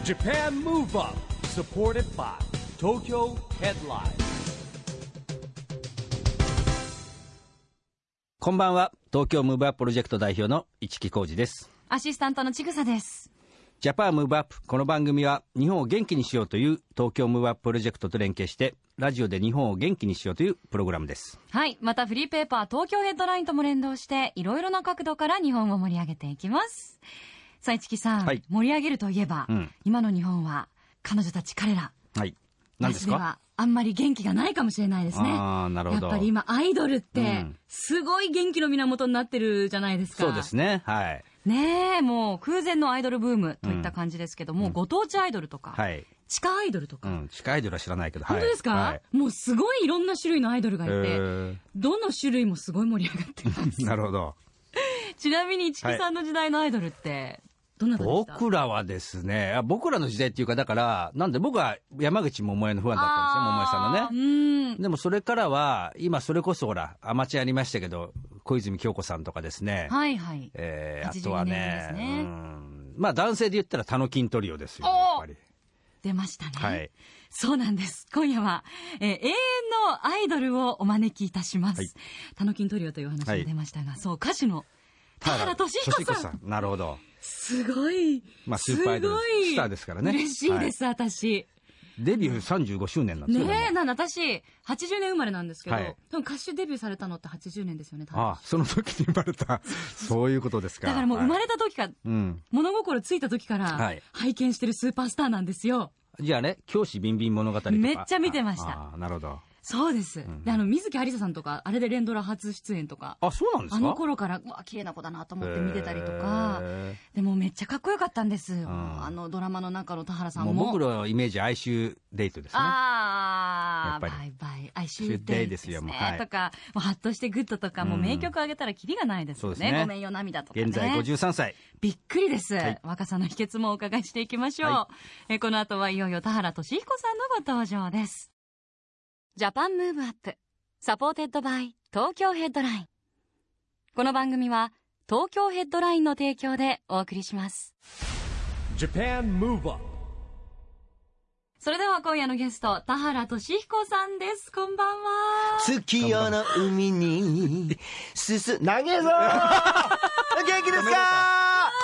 Japan Move Up, supported by Tokyo Headline. こんばんは。東京ムーブアッププロジェクト代表の市木浩司です。 アシスタントのちぐさです。 ジャパンムーブアップ、この番組は日本を元気にしようという東京ムーブアッププロジェクトと連携してラジオで日本を元気にしようというプログラムです。 はい。またフリーペーパー東京ヘッドラインとも連動していろいろな角度から日本を盛り上げていきます。さあ市木さん、はい、盛り上げるといえば、今の日本は彼女たち彼ら、 はい、何ですか？ ではあんまり元気がないかもしれないですね。 あ、なるほど。 やっぱり今アイドルってすごい元気の源になってるじゃないですか。 そうですね。はい。 ねえ、もう空前のアイドルブームといった感じですけども、ご当地アイドルとか、はい、地下アイドルとか、 地下アイドルは知らないけど、 本当ですか？はい、もうすごいいろんな種類のアイドルがいて、どの種類もすごい盛り上がってます。 なるほど。 ちなみに市木さんの時代のアイドルって、どなたでした？ 僕らはですね、僕らの時代っていうか、だからなんで僕は山口百恵のファンだったんですよ、百恵さんのね。でもそれからは今それこそほらアマチュアありましたけど、小泉今日子さんとかですね。 はいはい。 あとはね、まあ男性で言ったらタノキントリオですよ、やっぱり。 出ましたね。 はい。 そうなんです。今夜は、永遠のアイドルをお招きいたします。はい、タノキントリオという話が出ましたが、はい、そう歌手の田原俊彦さん。 なるほど。 すごい。 まあスーパーアイドルスターですからね。 嬉しいです、はい、私。 デビュー35周年なんですよね。私80年生まれなんですけど、多分歌手デビューされたのって80年ですよね。 ああ、その時に生まれた。そういうことですか。 だからもう生まれた時から、物心ついた時から拝見してるスーパースターなんですよ。 じゃあね、教師ビンビン物語とかめっちゃ見てました。 ああ、なるほど。 そうです。で、水木有沙さんとか、あれで連ドラ初出演とか。 あ、そうなんですか？ あの頃から、綺麗な子だなと思って見てたりとか。でもめっちゃかっこよかったんですよ。ドラマの中の田原さんも。 僕のイメージ、哀愁デートですね。 ああ、バイバイ、哀愁デートですよ。とか、もうハッとしてグッドとか、もう名曲あげたらキリがないですよね。ごめんよ涙とかね。 現在53歳。 びっくりです。若さの秘訣もお伺いしていきましょう。この後はいよいよ田原俊彦さんのご登場です。ジャパンムーブアップサポーテッドバイ東京ヘッドライン。この番組は東京ヘッドラインの提供でお送りします。 Japan Move Up。 それでは今夜のゲスト田原俊彦さんです。こんばんは。 月夜の海に投げぞ元気ですか？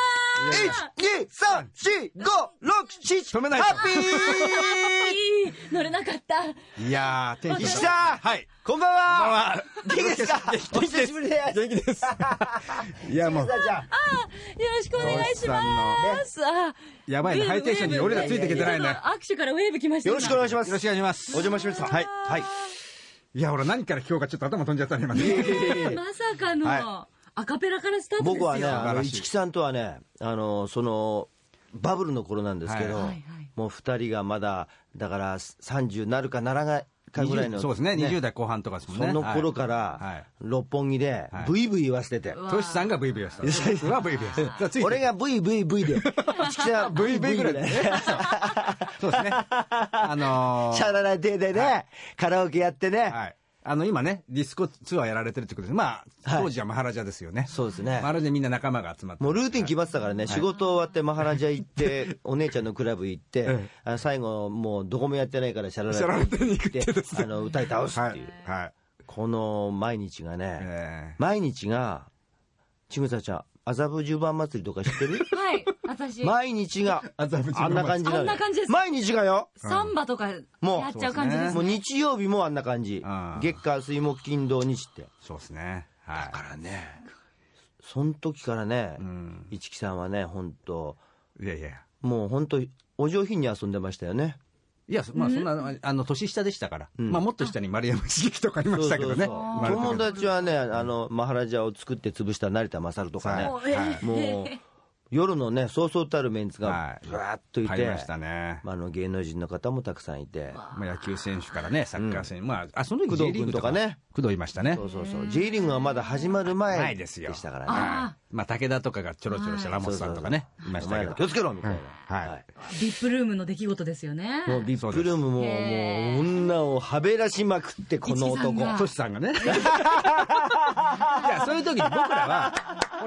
1,2,3,4,5,6,7 止めないハッピー乗れなかった。 いやー、天気。 石さん、はい、こんばんは。元気ですか？お久しぶりです。 元気です。いや、もう。 よろしくお願いします。 やばいね、ハイテンションに俺らついていけてないね。 握手からウェーブ来ました。 よろしくお願いします。 よろしくお願いします。 お邪魔しました。はい。はい。 いや、俺何から聞こうかちょっと頭飛んじゃったね、今ね。 まさかの。アカペラからスタートですよ。 僕はね、市木さんとはね、そのバブルの頃なんですけど、もう2人がまだだから30なるかならないかぐらいの、 そうですね、20代後半とかですもんね。 その頃から六本木でブイブイ言わせてて、 トシさんがブイブイ言わせてた。 俺がブイブイブイで、市木さんブイブイぐらいで、 そうですね。シャララデーでね、カラオケやってね。 今ね、ディスコツアーやられてるってことで、まあ、当時はマハラジャですよね。 そうですね。 マハラジャみんな仲間が集まって。 もうルーティン決まってたからね、仕事終わってマハラジャ行って、お姉ちゃんのクラブ行って、最後もうどこもやってないからシャララテに行って、歌い倒すっていう。この毎日がね、毎日が、ちぐさちゃん、麻布十番祭りとか知ってる？ はい、私。毎日が、あんな感じなの。 あんな感じです。 毎日がよ。 サンバとかやっちゃう感じですね。 もう日曜日もあんな感じ。月火水木金土日って。 そうですね。 だからね、その時からね、市木さんはね、本当もう本当お上品に遊んでましたよね。 いや、まあそんな年下でしたから、まあもっと下に丸山茂樹とかありましたけどね。 友達はね、マハラジャを作って潰した成田勝とかね、もう夜のね、そうそうたるメンツがぶわっといて、 芸能人の方もたくさんいて、 野球選手からね、サッカー選手、まあその時工藤君とかね、 工藤いましたね。 そう J リーグがまだ始まる前でしたからね。 まあ武田とかがちょろちょろしたラモスさんとかね、いましたけど、 気をつけろみたいな。 ビップルームの出来事ですよね。 もうビップルームも女をはべらしまくって、この男トシさんがね。いや、そういう時に僕らはほら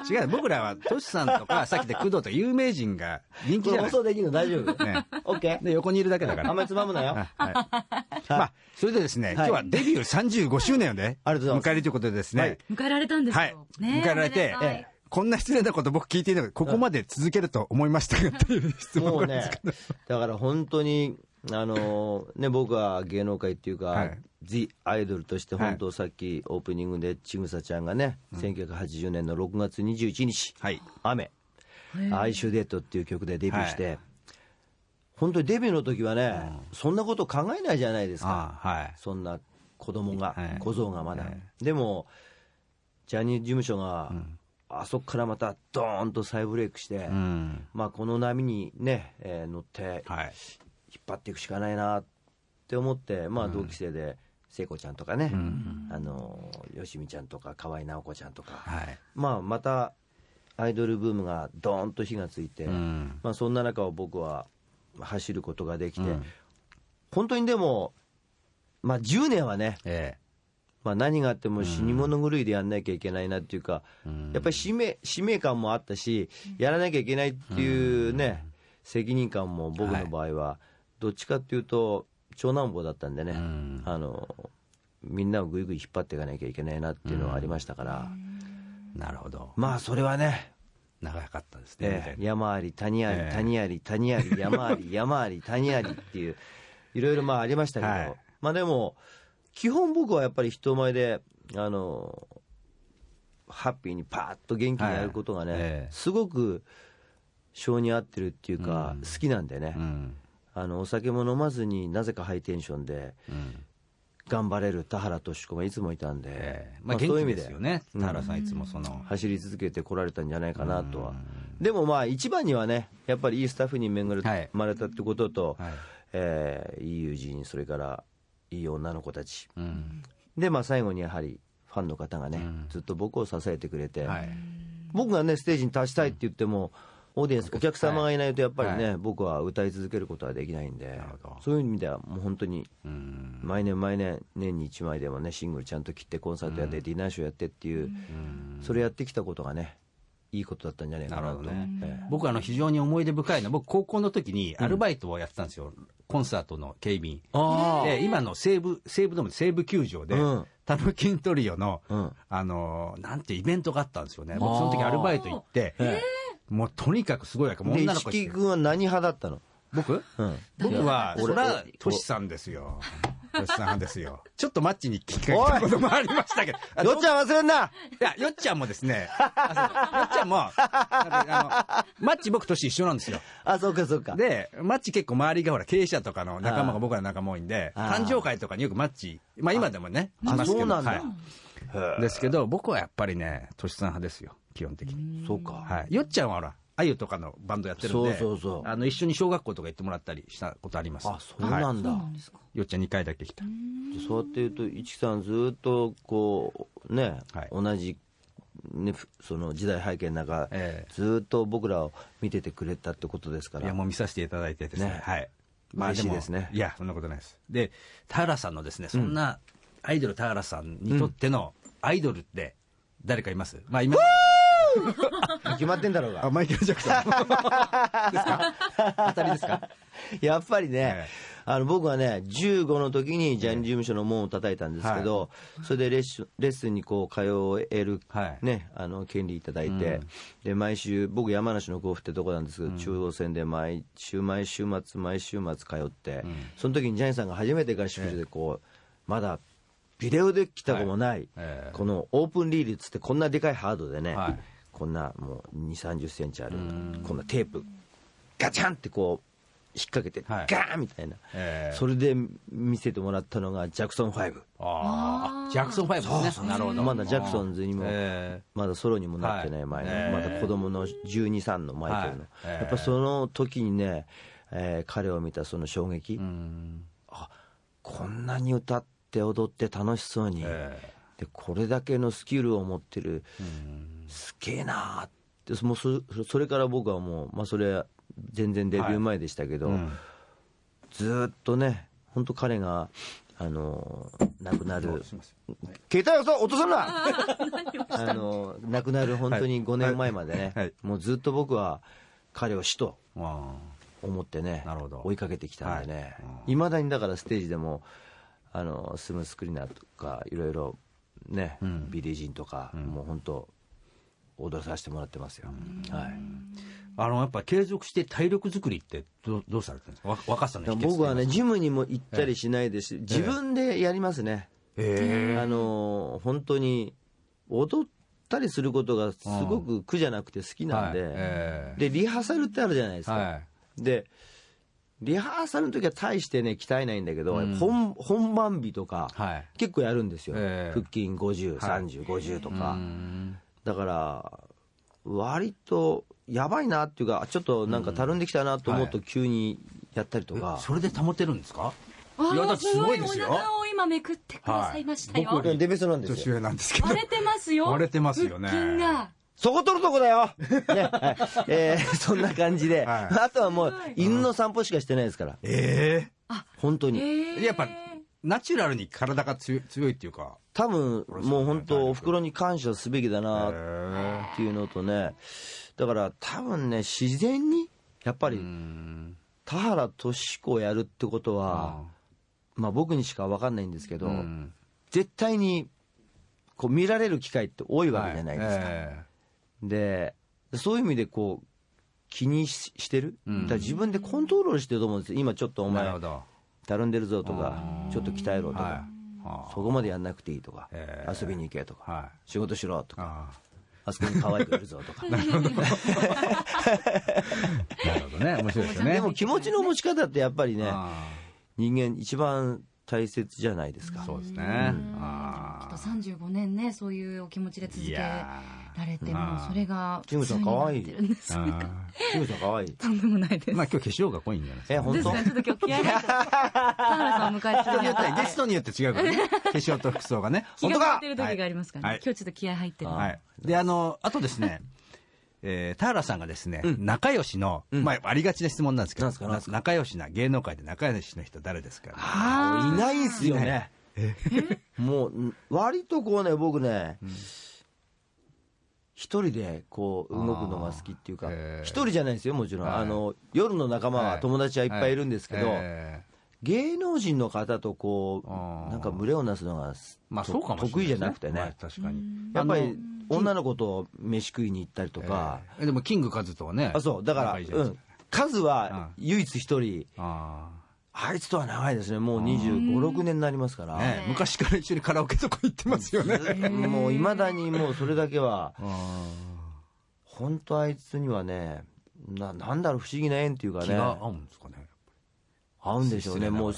違う、僕らはトシさんとかさっきで工藤とか有名人が人気じゃない。 放送できるの大丈夫？ ね、 オッケー。 で横にいるだけだから。 あんまりつまむなよ。 はい。まあそれでですね、今日はデビュー35周年をね、 ありがとうございます。 迎えるということでですね。 迎えられたんですよ。 はい。迎えられて、こんな失礼なこと僕聞いているので、ここまで続けると思いましたかっていう質問があるんですけど。 だから本当にね、僕は芸能界っていうか、The アイドルとして本当さっきオープニングでちぐさちゃんがね、1980年の6月21日、雨、アイシュデッドっていう曲でデビューして、本当にデビューの時はね、そんなこと考えないじゃないですか。そんな子供が、小僧がまだ。でも、ジャニーズ事務所が、あそこからまたドーンと再ブレイクして、まあこの波にね、乗って、引っ張っていくしかないなって思って、まあ同期生で聖子ちゃんとかね、よしみちゃんとか河合直子ちゃんとか、まあまたアイドルブームがドーンと火がついて、まあそんな中を僕は走ることができて、本当にでもまあ10年はね、まあ何があっても死に物狂いでやんなきゃいけないなっていうか、やっぱり使命感もあったし、やらなきゃいけないっていうね、責任感も僕の場合はどっちかっていうと長男坊だったんでね、みんなをぐいぐい引っ張っていかなきゃいけないなっていうのはありましたから。 なるほど。 まあそれはね、 長かったですね。 山あり谷あり谷あり谷あり山あり山あり谷ありっていういろいろまあありましたけど、まあでも基本僕はやっぱり人前でハッピーにパーッと元気にやることがね、すごく性に合ってるっていうか、好きなんでね、お酒も飲まずになぜかハイテンションで頑張れる田原俊子がいつもいたんで、 まあそういう意味ですよね。田原さんいつもその走り続けてこられたんじゃないかなとは。でもまあ一番にはね、やっぱりいいスタッフに恵まれたってことと、いい友人、それからいい女の子たち、でまあ最後にやはりファンの方がね、ずっと僕を支えてくれて、僕がねステージに立ちたいって言っても、オーディエンス、お客様がいないとやっぱりね、僕は歌い続けることはできないんで、そういう意味ではもう本当に毎年毎年年に1枚でもねシングルちゃんと切ってコンサートやってディナーショーやってっていう、それやってきたことがねいいことだったんじゃないかなと。 僕非常に思い出深いのは、僕高校の時にアルバイトをやってたんですよ、コンサートの警備員で。今の西武ドーム、西武球場で、タヌキントリオのなんてイベントがあったんですよね。僕その時アルバイト行って、もうとにかくすごい、 もう女の子。で、石木君は何派だったの？ 僕はそれはトシさんですよ。トシさん派ですよ。ちょっとマッチに聞かれたこともありましたけど。 よっちゃん忘れんな。 いや、よっちゃんもですね、よっちゃんもマッチ僕年一緒なんですよ。 そうかそうか。 でマッチ結構周りがほら経営者とかの仲間が僕ら仲間多いんで、誕生会とかによくマッチ、まあ今でもねしますけど、ですけど僕はやっぱりねトシさん派ですよ、基本的に。 そうか。 よっちゃんはほらあゆとかのバンドやってるんで、一緒に小学校とか行ってもらったりしたことあります。 そうなんだ。 よっちゃん2回だけ来た。 そうやって言うと市木さんずっとこうね、同じねその時代背景の中、ずっと僕らを見ててくれたってことですから。 いやもう見させていただいてですね。 嬉しいですね。 いやそんなことないです。で田原さんのですね、そんなアイドル田原さんにとってのアイドルって誰かいます？まあ今決まってんだろうが。 マイケル・ジャクソンですか？当たりですか？ やっぱりね、僕はね15の時にジャニーズ事務所の門を叩いたんですけど、それでレッスンにこう通える、ね、権利いただいて、で毎週僕山梨の甲府ってとこなんですけど、中央線で毎週末通って、その時にジャニーさんが初めて合宿所でこうまだビデオで来たこともない、このオープンリールっつってこんなでかいハードでね、こんなもう2、30センチあるこんなテープガチャンってこう引っ掛けてガーンみたいな、それで見せてもらったのがジャクソン5。 ジャクソン5ですね。なるほど。 まだジャクソンズにもまだソロにもなってない前の、まだ子供の12、3のマイケルの、やっぱその時にね、彼を見たその衝撃、こんなに歌って踊って楽しそうに、でこれだけのスキルを持ってる、すげえなーって。もうそれから僕はもう、まあ、それ全然デビュー前でしたけど、ずっとね本当彼が亡くなる、携帯を落とさな亡くなる本当に5年前までね、はい、もうずっと僕は彼を死と思ってね、追いかけてきたんでね、いまだにだからステージでもスムースクリーナーとかいろいろね、ビリー・ジンとか、もう本当踊らさせてもらってますよ。はい。 やっぱ継続して体力作りってどうされてるんですか、若さの秘訣。 僕はね、ジムにも行ったりしないですし、自分でやりますね。本当に踊ったりすることがすごく苦じゃなくて好きなんで、でリハーサルってあるじゃないですか。でリハーサルの時は大してね鍛えないんだけど、本番日とか、結構やるんですよ。腹筋50、30、50とか。だから割とやばいなっていうか、ちょっとなんかたるんできたなと思うと急にやったりとか。 それで保てるんですか？ いやだってすごいですよ。お腹を今めくってくださいましたよ。 僕デベソなんですよ。 年上なんですけど。 割れてますよ。 割れてますよね。 腹筋が。 そこ取るとこだよ。ね、そんな感じで、あとはもう犬の散歩しかしてないですから。本当に。 やっぱナチュラルに体が強いっていうか。 多分もう本当お袋に感謝すべきだなっていうのとね、だから多分ね、自然にやっぱり田原俊彦をやるってことは、まあ僕にしか分かんないんですけど、絶対にこう見られる機会って多いわけじゃないですか。でそういう意味でこう気にしてる、だから自分でコントロールしてると思うんですよ。今ちょっとお前たるんでるぞとか、ちょっと鍛えろとか、そこまでやんなくていいとか、遊びに行けとか、仕事しろとか、あそこに可愛くいるぞとか。 なるほど。なるほどね、面白いですよね。 でも気持ちの持ち方ってやっぱりね、人間一番大切じゃないですか。 そうですね。 きっと35年ね、そういうお気持ちで続けられて、もうそれがチムさん可愛い。チムさん可愛い。 とんでもないです。 まあ今日化粧が濃いんじゃないですか。 本当？ ちょっと今日気合い入って。田原さんを迎えてるにあたって。 ゲストによって違うからね。化粧と服装がね。 気が入ってる時がありますからね。今日ちょっと気合い入ってる。 であとですね。田原さんがですね、仲良しの、まあありがちな質問なんですけど、仲良しな芸能界で仲良しの人誰ですか？ いないんすよね。もう割とこうね、僕ね、一人でこう動くのが好きっていうか、一人じゃないですよもちろん。夜の仲間は友達はいっぱいいるんですけど、芸能人の方とこうなんか群れをなすのが得意じゃなくてね。 確かに。 やっぱり女の子と飯食いに行ったりとか。 でもキングカズとはね。 そうだからカズは唯一一人。あいつとは長いですね。もう25、6年になりますから。 昔から一緒にカラオケとか行ってますよね。 もういまだにもうそれだけは本当あいつにはね、なんだろう、不思議な縁っていうかね。 気が合うんですかね。 合うんでしょうね。もう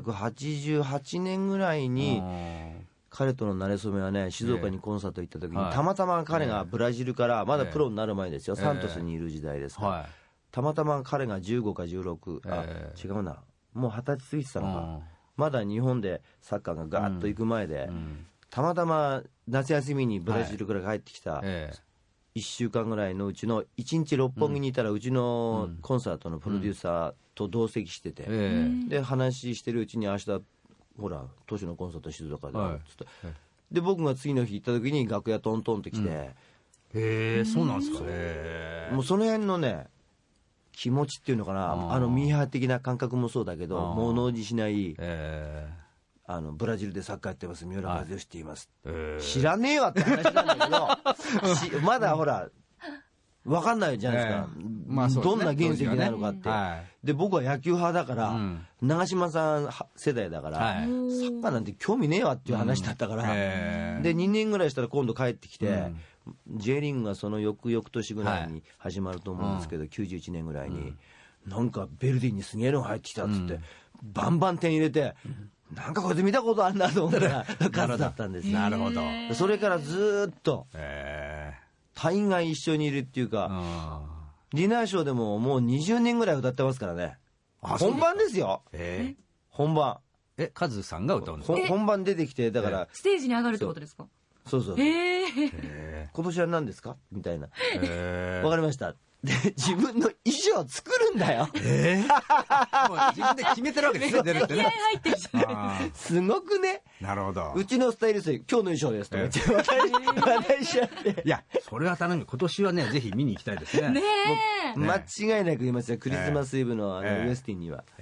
1988年ぐらいに彼との馴れ初めはね、静岡にコンサート行った時にたまたま彼がブラジルからまだプロになる前ですよ、サントスにいる時代ですから、たまたま彼が15か16、違うな、もう20歳過ぎてたのか、まだ日本でサッカーがガーッと行く前で、たまたま夏休みにブラジルから帰ってきた1週間ぐらいのうちの1日六本木にいたら、うちのコンサートのプロデューサーと同席してて、で話してるうちに、明日ほら都市のコンサート静岡でつって、で僕が次の日行った時に楽屋トントンって来て、 へえ、そうなんですか。 もうその辺のね気持ちっていうのかな、ミーハー的な感覚もそうだけど、物おじしない、ブラジルでサッカーやってます三浦和義って言います、知らねえわって話なんだけどまだほら分かんないじゃないですか、どんな原石なのかって、で僕は野球派だから、長嶋さん世代だから、サッカーなんて興味ねえわっていう話だったから、で2年ぐらいしたら今度帰ってきて、J リーグがその翌々年ぐらいに始まると思うんですけど、91年ぐらいに、なんかベルディにすげえのが入ってきたっつって、バンバン点入れて、なんかこいつ見たことあるなと思ったらカズだったんですよ。 なるほど。 それからずっと大概一緒にいるっていうか、ディナーショーでももう20年ぐらい歌ってますからね。本番ですよ。本番。 カズさんが歌うんですか？ 本番出てきて、だからステージに上がるってことですか？ そうそう。今年は何ですかみたいな。わかりました。 で自分の衣装を作るんだよ。 もう自分で決めてるわけですよ、出るってね。 入ってるじゃん。 すごくね。 なるほど。 うちのスタイリストに今日の衣装ですとか言って話題しちゃって。 いや、それは頼み、今年はね、ぜひ見に行きたいですね。 ねえ。 間違いなく言いますよ、クリスマスイブのウエスティンには。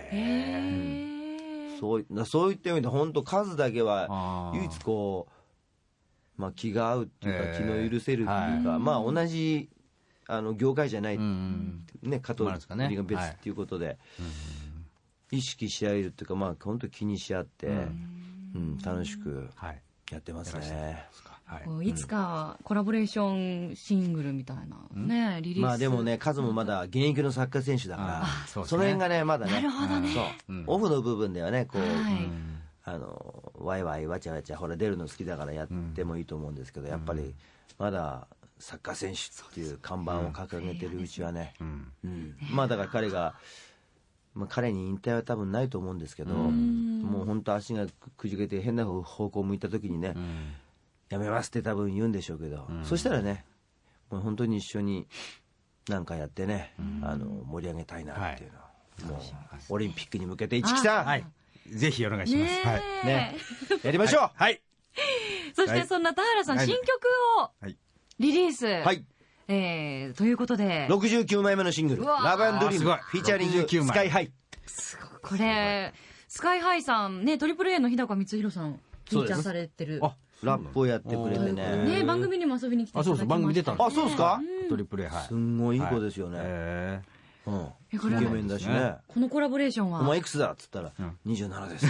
そういった意味で本当数だけは唯一こう、まあ、気が合うっていうか気の許せるっていうか、まあ同じ業界じゃない、ね、加藤売りが別っていうことで意識し合えるっていうか、まあ本当気にし合って楽しくやってますね。 いつかコラボレーションシングルみたいなね、リリース。まあでもね、カズもまだ現役のサッカー選手だから、その辺がねまだね、 なるほどね、 オフの部分ではねこう、ワイワイわちゃわちゃほら出るの好きだからやってもいいと思うんですけど、やっぱりまだサッカー選手っていう看板を掲げてるうちはね、まあだから彼が、まあ、彼に引退は多分ないと思うんですけど、もう本当足がくじけて変な方向を向いた時にね、やめますって多分言うんでしょうけど、そしたらねもう本当に一緒に何かやってね、盛り上げたいなっていうのを、もうオリンピックに向けて市木さん、 ぜひお願いします。 ね、やりましょう。 はい。 そしてそんな田原さん、新曲をリリース。 はい。 ということで 69枚目のシングル「ラブ&ドリーム」フィーチャリングスカイハイ。 これスカイハイさんね、トリプル A の日高光弘さんフィーチャーされてる。 ラップをやってくれてね、 番組にも遊びに来ていただきました。 番組出たんです。 そうですか。 トリプル A。 すんごいいい子ですよね。イケメンだしね。 このコラボレーションはお前いくつだっつったら27です。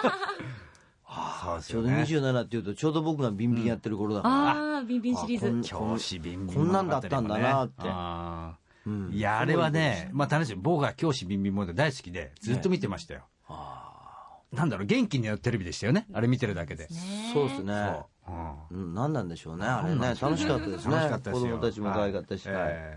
ちょうど27っていうとちょうど僕がビンビンやってる頃だから、 ビンビンシリーズ教師ビンビンこんなんだったんだなって。 いや、あれはね、まあ楽しい。僕が教師ビンビンも大好きでずっと見てましたよ。なんだろう、元気になるテレビでしたよね、あれ見てるだけで。 そうですね。何なんでしょうね、あれね。楽しかったですね。子供たちも可愛かったし。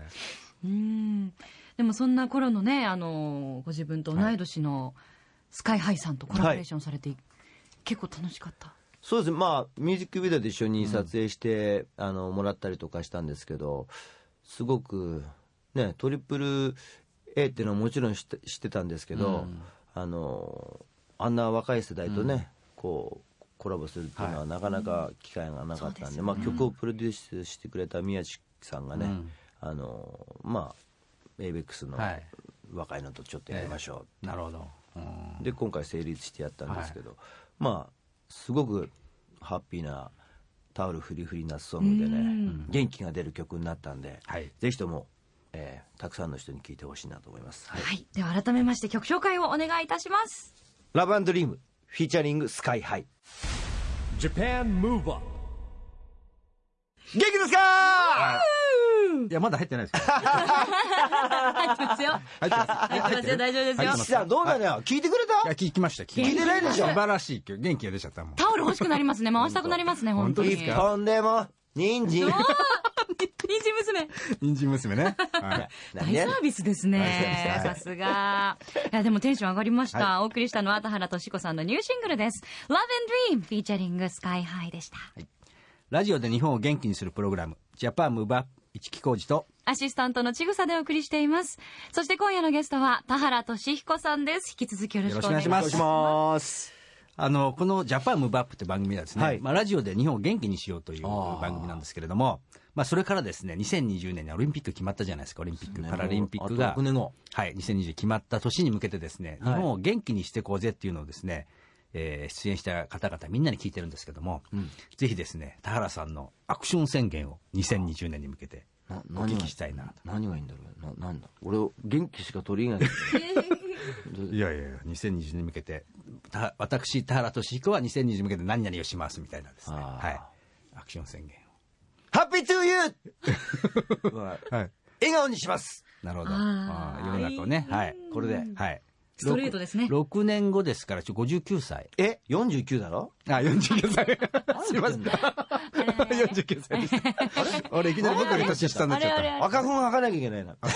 でもそんな頃のね、ご自分と同い年のスカイハイさんとコラボレーションされて、結構楽しかった。そうですね。 まあミュージックビデオで一緒に撮影してもらったりとかしたんですけど、すごくね、トリプル A っていうのはもちろん知ってたんですけど、あんな若い世代とね、こうコラボするっていうのはなかなか機会がなかったんで、まあ曲をプロデュースしてくれた宮地さんがね、まあABEX の若いのとちょっとやりましょう。 なるほど。 で今回成立してやったんですけど、まあすごくハッピーなタオルフリフリなソングでね、元気が出る曲になったんで、ぜひともたくさんの人に聴いてほしいなと思います。 では改めまして曲紹介をお願いいたします。 ラブ&ドリームフィーチャリングスカイハイ。 Japan Move Up。 元気ですか？ いやまだ入ってないです。 入ってますよ。入ってますよ。大丈夫ですよ。 岸さんどうだよ。聞いてくれた？ いや聞きました。 聞いてないでしょ。 素晴らしい。元気が出ちゃったもん。 タオル欲しくなりますね。回したくなりますね。本当に。 一本でも人参。 人参娘。 人参娘ね。 大サービスですね。さすが。いやでもテンション上がりました。お送りしたのは田原俊子さんのニューシングルです。Love and Dream フィーチャリングスカイハイでした。 ラジオで日本を元気にするプログラム、ジャパンムーブアップ、市木浩二とアシスタントのちぐさでお送りしています。そして今夜のゲストは田原俊彦さんです。引き続きよろしくお願いします。 このジャパンムーブアップって番組はですね、ラジオで日本を元気にしようという番組なんですけれども、それからですね、2020年にオリンピック決まったじゃないですか。オリンピック、パラリンピックが、2020決まった年に向けてですね、日本を元気にしていこうぜっていうのをですね、出演した方々みんなに聞いてるんですけども、ぜひですね、田原さんのアクション宣言を2020年に向けてお聞きしたいなと。 何がいいんだろう。なんだ俺元気しか取り入れない。 いや2020年に向けて私田原俊彦は2020年に向けて何々をしますみたいなですね、アクション宣言を。 ハッピートゥーユー。笑顔にします。 なるほど。世の中をね、これで、 ストレートですね。 6年後ですから59歳。 49だろ ？49歳。すいません。49歳でした。俺いきなり僕より年下になっちゃった。 赤粉吐かなきゃいけないな。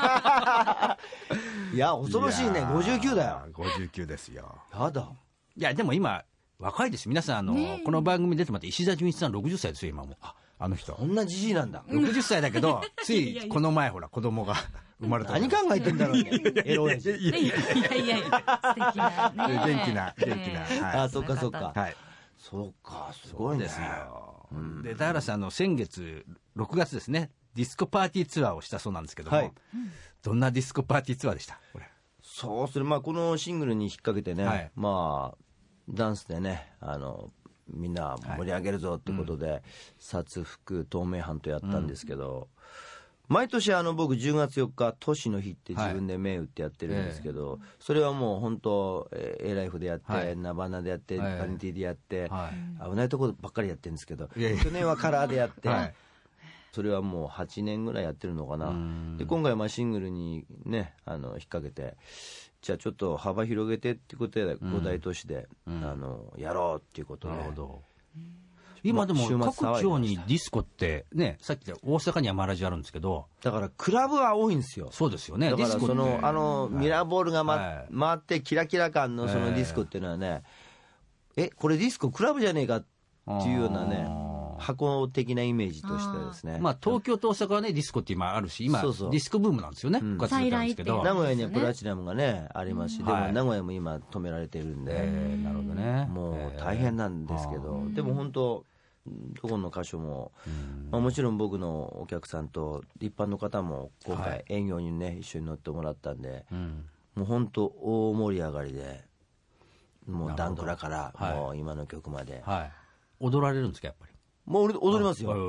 いや恐ろしいね。59だよ。 59ですよ。 やだ。 いやでも今若いです。皆さんこの番組出てもらって石田純一さん60歳ですよ今も。 あの人。 こんなじじいなんだ。 60歳だけど、ついこの前ほら、子供が生まれた。 何考えてんだろうね。エロ親父。 いやいや、素敵なね。 元気な。 あ、そっかそっか。 はい。 そうか、すごいですよ。 で、田原さん、先月、6月ですね、ディスコパーティーツアーをしたそうなんですけども、どんなディスコパーティーツアーでしたこれ？ そうする、このシングルに引っ掛けてね、ダンスでね、みんな盛り上げるぞってことで、殺福透明版とやったんですけど、毎年僕10月4日都市の日って自分で銘打ってやってるんですけど、それはもう本当ライフでやって、ナバナでやって、パニティでやって、危ないところばっかりやってるんですけど、去年はカラーでやって、それはもう8年ぐらいやってるのかな。で今回シングルにね引っ掛けて、じゃあちょっと幅広げてっていうことで5大都市で、やろうっていうことで。なるほど。 今でも各地にディスコってね、さっきで大阪にはマラジあるんですけど、 だからクラブは多いんですよ。 そうですよね。 だからそのミラーボールが回ってキラキラ感のそのディスコっていうのはね、これディスコクラブじゃねえかっていうようなね、箱的なイメージとしてですね。 東京と大阪はねディスコって今あるし、今ディスコブームなんですよね。 再来って名古屋にはプラチナムがねありますし、でも名古屋も今止められてるんで、 なるほどね。 もう大変なんですけど、でも本当どこの箇所も、もちろん僕のお客さんと一般の方も今回営業にね一緒に乗ってもらったんで、もう本当大盛り上がりで、もうダンクラからもう今の曲まで、 踊られるんですかやっぱり？ もう踊りますよ。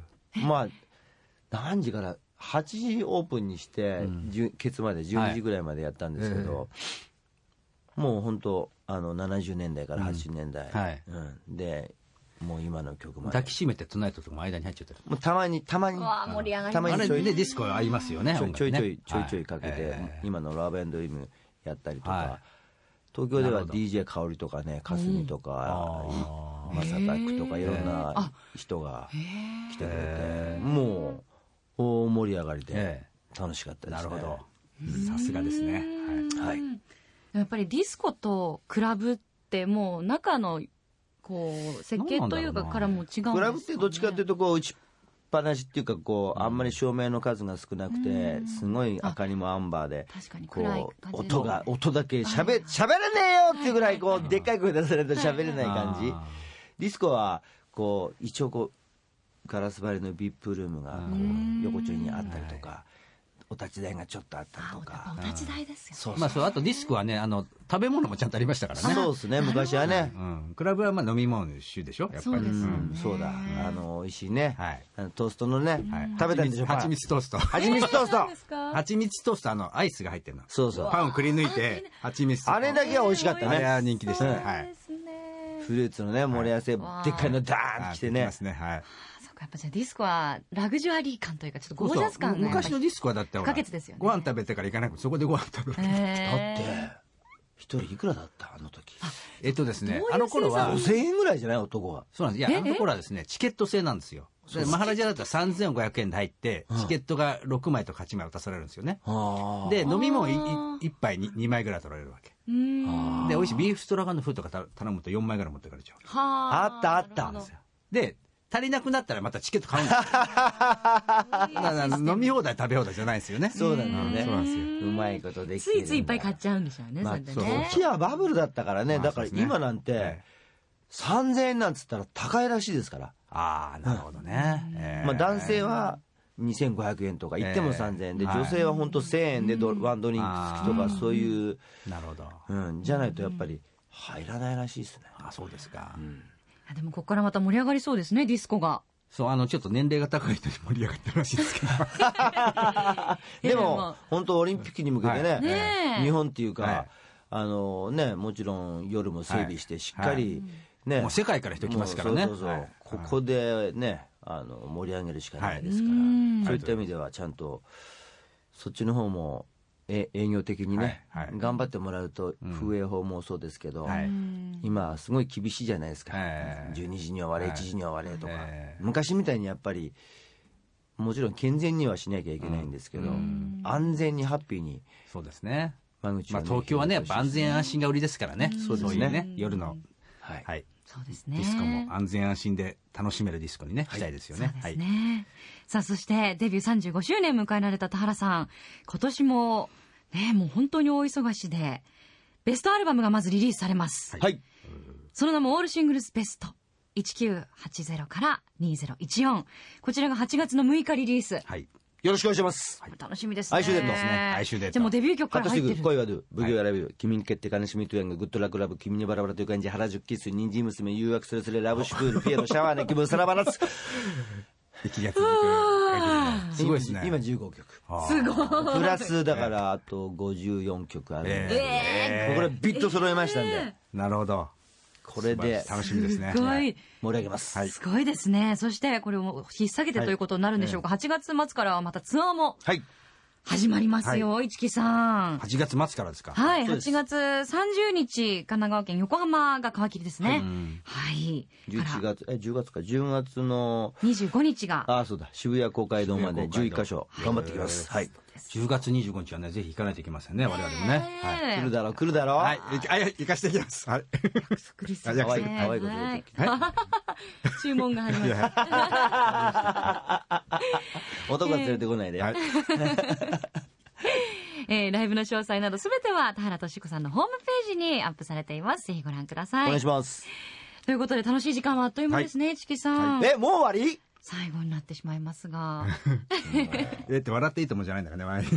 何時から8時オープンにしてケツまで12時ぐらいまでやったんですけど、もう本当70年代から80年代で、もう今の曲まで抱きしめてトゥナイトとかも間に入っちゃってる。 もうたまに盛り上がります。 あれでディスコ合いますよね。 ちょいちょいかけて今のラブ&ドリームやったりとか、東京では DJ 香織とかね、かすみとかマサタクとかいろんな人が来てくれて、もう大盛り上がりで楽しかったですね。 なるほど、さすがですね。 やっぱりディスコとクラブってもう中のこう設計というかからも違うんですかね。 クラブってどっちかというと打ちっぱなしっていうかあんまり照明の数が少なくて、すごい明かりもアンバーで、音だけ喋れねえよっていうぐらいでっかい声出されると喋れない感じ。ディスコは一応ガラス張りのビップルームが横丁にあったりとか、お立ち台がちょっとあったりとか。 お立ち台ですよ。 あとディスコはね食べ物もちゃんとありましたからね。 そうですね、昔はね。 クラブは飲み物主でしょやっぱり。 そうだ、美味しいねトーストのね、食べたんでしょ。 蜂蜜トースト。 蜂蜜トースト。 蜂蜜トーストアイスが入ってるの。 そうそう。 パンをくり抜いて蜂蜜。 あれだけは美味しかったね。 あれは人気でしたね。 フルーツのね盛り合わせでっかいのダーンってきてね。 やっぱじゃあディスコはラグジュアリー感というかちょっとゴージャス感が昔のディスコはだって不可欠ですよね。 ご飯食べてから行かなくてそこでご飯食べる。 だって一人いくらだったあの時。 ですね、あの頃は 5000円ぐらいじゃない男は。 そうなんです。いやあの頃はですねチケット制なんですよ。マハラジャだったら3500円で入ってチケットが6枚とか8枚渡されるんですよね。で飲み物1杯2枚ぐらい取られるわけで、美味しいビーフストラガノフとか頼むと4枚ぐらい持ってかれちゃう。 あったで足りなくなったらまたチケット買うんですよ。飲み放題食べ放題じゃないですよね。 そうなんだよね。 そうなんですよ。 うまいことできてついついいっぱい買っちゃうんでしょうね。 そっちはバブルだったからね。だから今なんて3000円なんつったら高いらしいですから。 なるほどね。 男性は2500円とか言っても3000円で、女性は本当1000円でワンドリンク付きとかそういう、 なるほど、 じゃないとやっぱり入らないらしいですね。 そうですか。 でもここからまた盛り上がりそうですねディスコが。 そうちょっと年齢が高い人に盛り上がってるらしいですけどでも本当オリンピックに向けてね、日本っていうかもちろん夜も整備してしっかりね、 もう世界から人来ますからね。 ここでね盛り上げるしかないですから、そういった意味ではちゃんとそっちの方も営業的にね、頑張ってもらうと風営法もそうですけど、今すごい厳しいじゃないですか。12時に終われ1時に終われとか、昔みたいにやっぱりもちろん健全にはしなきゃいけないんですけど、安全にハッピーに。 そうですね。 間口はね、 東京はねやっぱ安全安心が売りですからね。 そうですね。 夜のそうですね。 ディスコも安全安心で楽しめるディスコにね、したいですよね。 そうですね。さあ、そしてデビュー35周年迎えられた田原さん、今年もね、もう本当に大忙しで、ベストアルバムがまずリリースされます。 はい。 その名もオールシングルスベスト1980から2014。こちらが8月の6日リリース。 はい。 よろしくお願いします。 楽しみですね。 哀愁デートですね。哀愁デート。 じゃあもうデビュー曲から入ってる。 恋はどう、奉行選び、君に決定、悲しみとヤング、グッドラックラブ、君にバラバラという感じ、原宿キス、人参娘、誘惑すれすれ、ラブシュプール、ピエロ、シャワーね、気分さらばらつ。 生きるやつ。すごいですね。 今15曲。 すごい。 プラスだからあと54曲あるんですけど、これビッと揃えましたんで。 なるほど。 これで楽しみですね。 すごい。 盛り上げます。 すごいですね。そしてこれを引っ提げてということになるんでしょうか。8月末からはまたツアーも始まりますよ、市木さん。 8月末からですか。 はい、8月30日、神奈川県横浜が皮切りですね。はい。 10月か、10月の 25日が。 ああ、そうだ、渋谷公会堂まで11カ所頑張ってきます。はい。 10月25日はね、ぜひ行かないといけませんね、我々もね。 来るだろう、来るだろう。はい、 行かしていきます。はい。 可愛いこと言うとき。 注文が入りました。 男は連れてこないで。 ライブの詳細などすべては田原俊彦さんのホームページにアップされています。ぜひご覧ください。 お願いします。 ということで楽しい時間はあっという間ですね、市木さん。 もう終わり？ 最後になってしまいますが。 って笑っていいともじゃないんだからね。 ぜ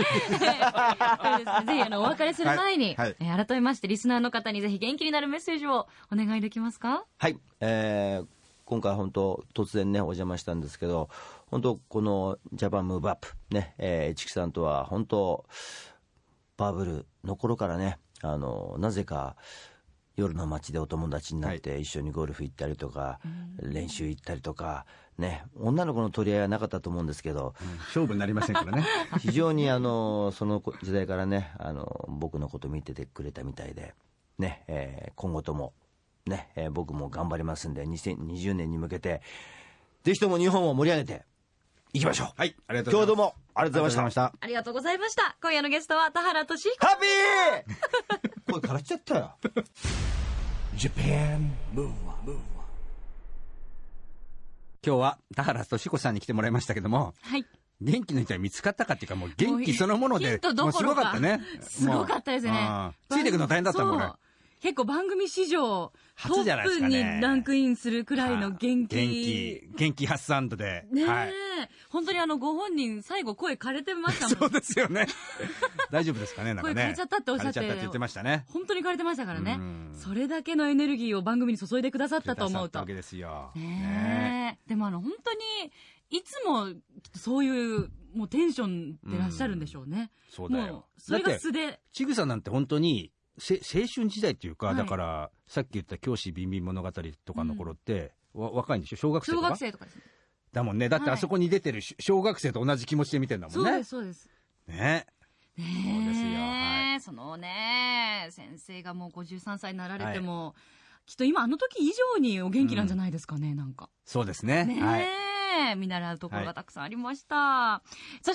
ひお別れする前に、改めましてリスナーの方にぜひ元気になるメッセージをお願いできますか？ はい。今回本当突然ねお邪魔したんですけど、本当このジャパンムーブアップね、市木さんとは本当バブルの頃からね、なぜか夜の街でお友達になって一緒にゴルフ行ったりとか、練習行ったりとかね、女の子の取り合いはなかったと思うんですけど、 勝負になりませんからね。 非常にその時代からね、僕のこと見ててくれたみたいでね、今後ともね、僕も頑張りますんで、2020年に向けてぜひとも日本を盛り上げていきましょう。 はい、ありがとうございます。 今日どうもありがとうございました。 ありがとうございました。今夜のゲストは田原俊彦。 ハッピー。声からっちゃったよ。 Japan Move Up。 今日は田原俊彦さんに来てもらいましたけども、 はい。 元気の人は見つかったかっていうか、もう元気そのもので、もうすごかったね。 すごかったですね。 ついていくの大変だったもんね。 結構番組史上初じゃないですかね。 トップにランクインするくらいの元気発散度で。 ねえ、本当にご本人最後声枯れてましたもん。 そうですよね。大丈夫ですかね、なんかね。 声枯れちゃったっておっしゃって。 枯れちゃったって言ってましたね。 本当に枯れてましたからね。それだけのエネルギーを番組に注いでくださったと思うと。 くださったわけですよ。 ねえ。でも本当にいつもそういうもうテンションでらっしゃるんでしょうね。 そうだよ。 それが素で。 ちぐさなんて本当に青春時代っていうか、だからさっき言った教師ビンビン物語とかの頃って、若いんでしょ、小学生とか。 小学生とかですね。 だもんね。だってあそこに出てる小学生と同じ気持ちで見てるんだもんね。 そうです、そうです。 ね。そうですよ。 はい。そのね、先生がもう53歳になられても、きっと今あの時以上にお元気なんじゃないですかね、なんか。 そうですね。 はい。見習うところがたくさんありました。そして、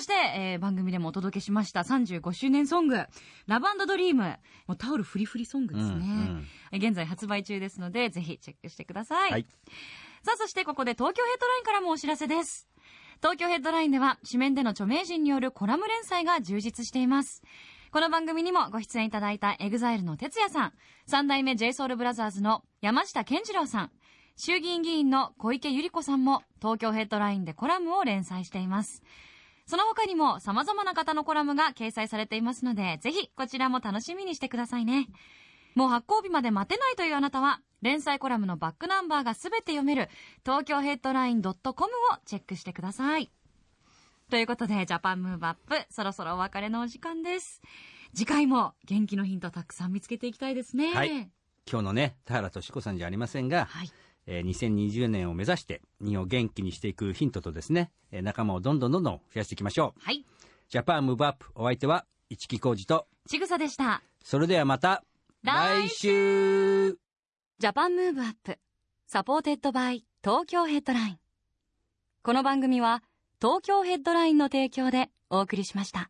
番組でもお届けしました35周年ソング、ラブ&ドリーム。もうタオルフリフリソングですね。現在発売中ですので、ぜひチェックしてください。さあ、そしてここで東京ヘッドラインからもお知らせです。東京ヘッドラインでは紙面での著名人によるコラム連載が充実しています。この番組にもご出演いただいたEXILEの哲也さん、三代目 JSOULBROTHERS の山下健二郎さん、衆議院議員の小池百合子さんも東京ヘッドラインでコラムを連載しています。その他にも様々な方のコラムが掲載されていますので、ぜひこちらも楽しみにしてくださいね。もう発行日まで待てないというあなたは、連載コラムのバックナンバーがすべて読める東京ヘッドライン .com をチェックしてください。ということで、ジャパンムーブアップ、そろそろお別れのお時間です。次回も元気のヒントたくさん見つけていきたいですね。 はい。今日のね、田原俊彦さんじゃありませんが、2020年を目指して日本を元気にしていくヒントとですね、仲間をどんどん増やしていきましょう。 はい。 ジャパンムーブアップ、お相手は市木浩二とちぐさでした。 それではまた来週。 ジャパンムーブアップ、サポーテッドバイ東京ヘッドライン。この番組は東京ヘッドラインの提供でお送りしました。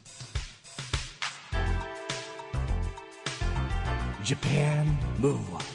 Japan Move Up。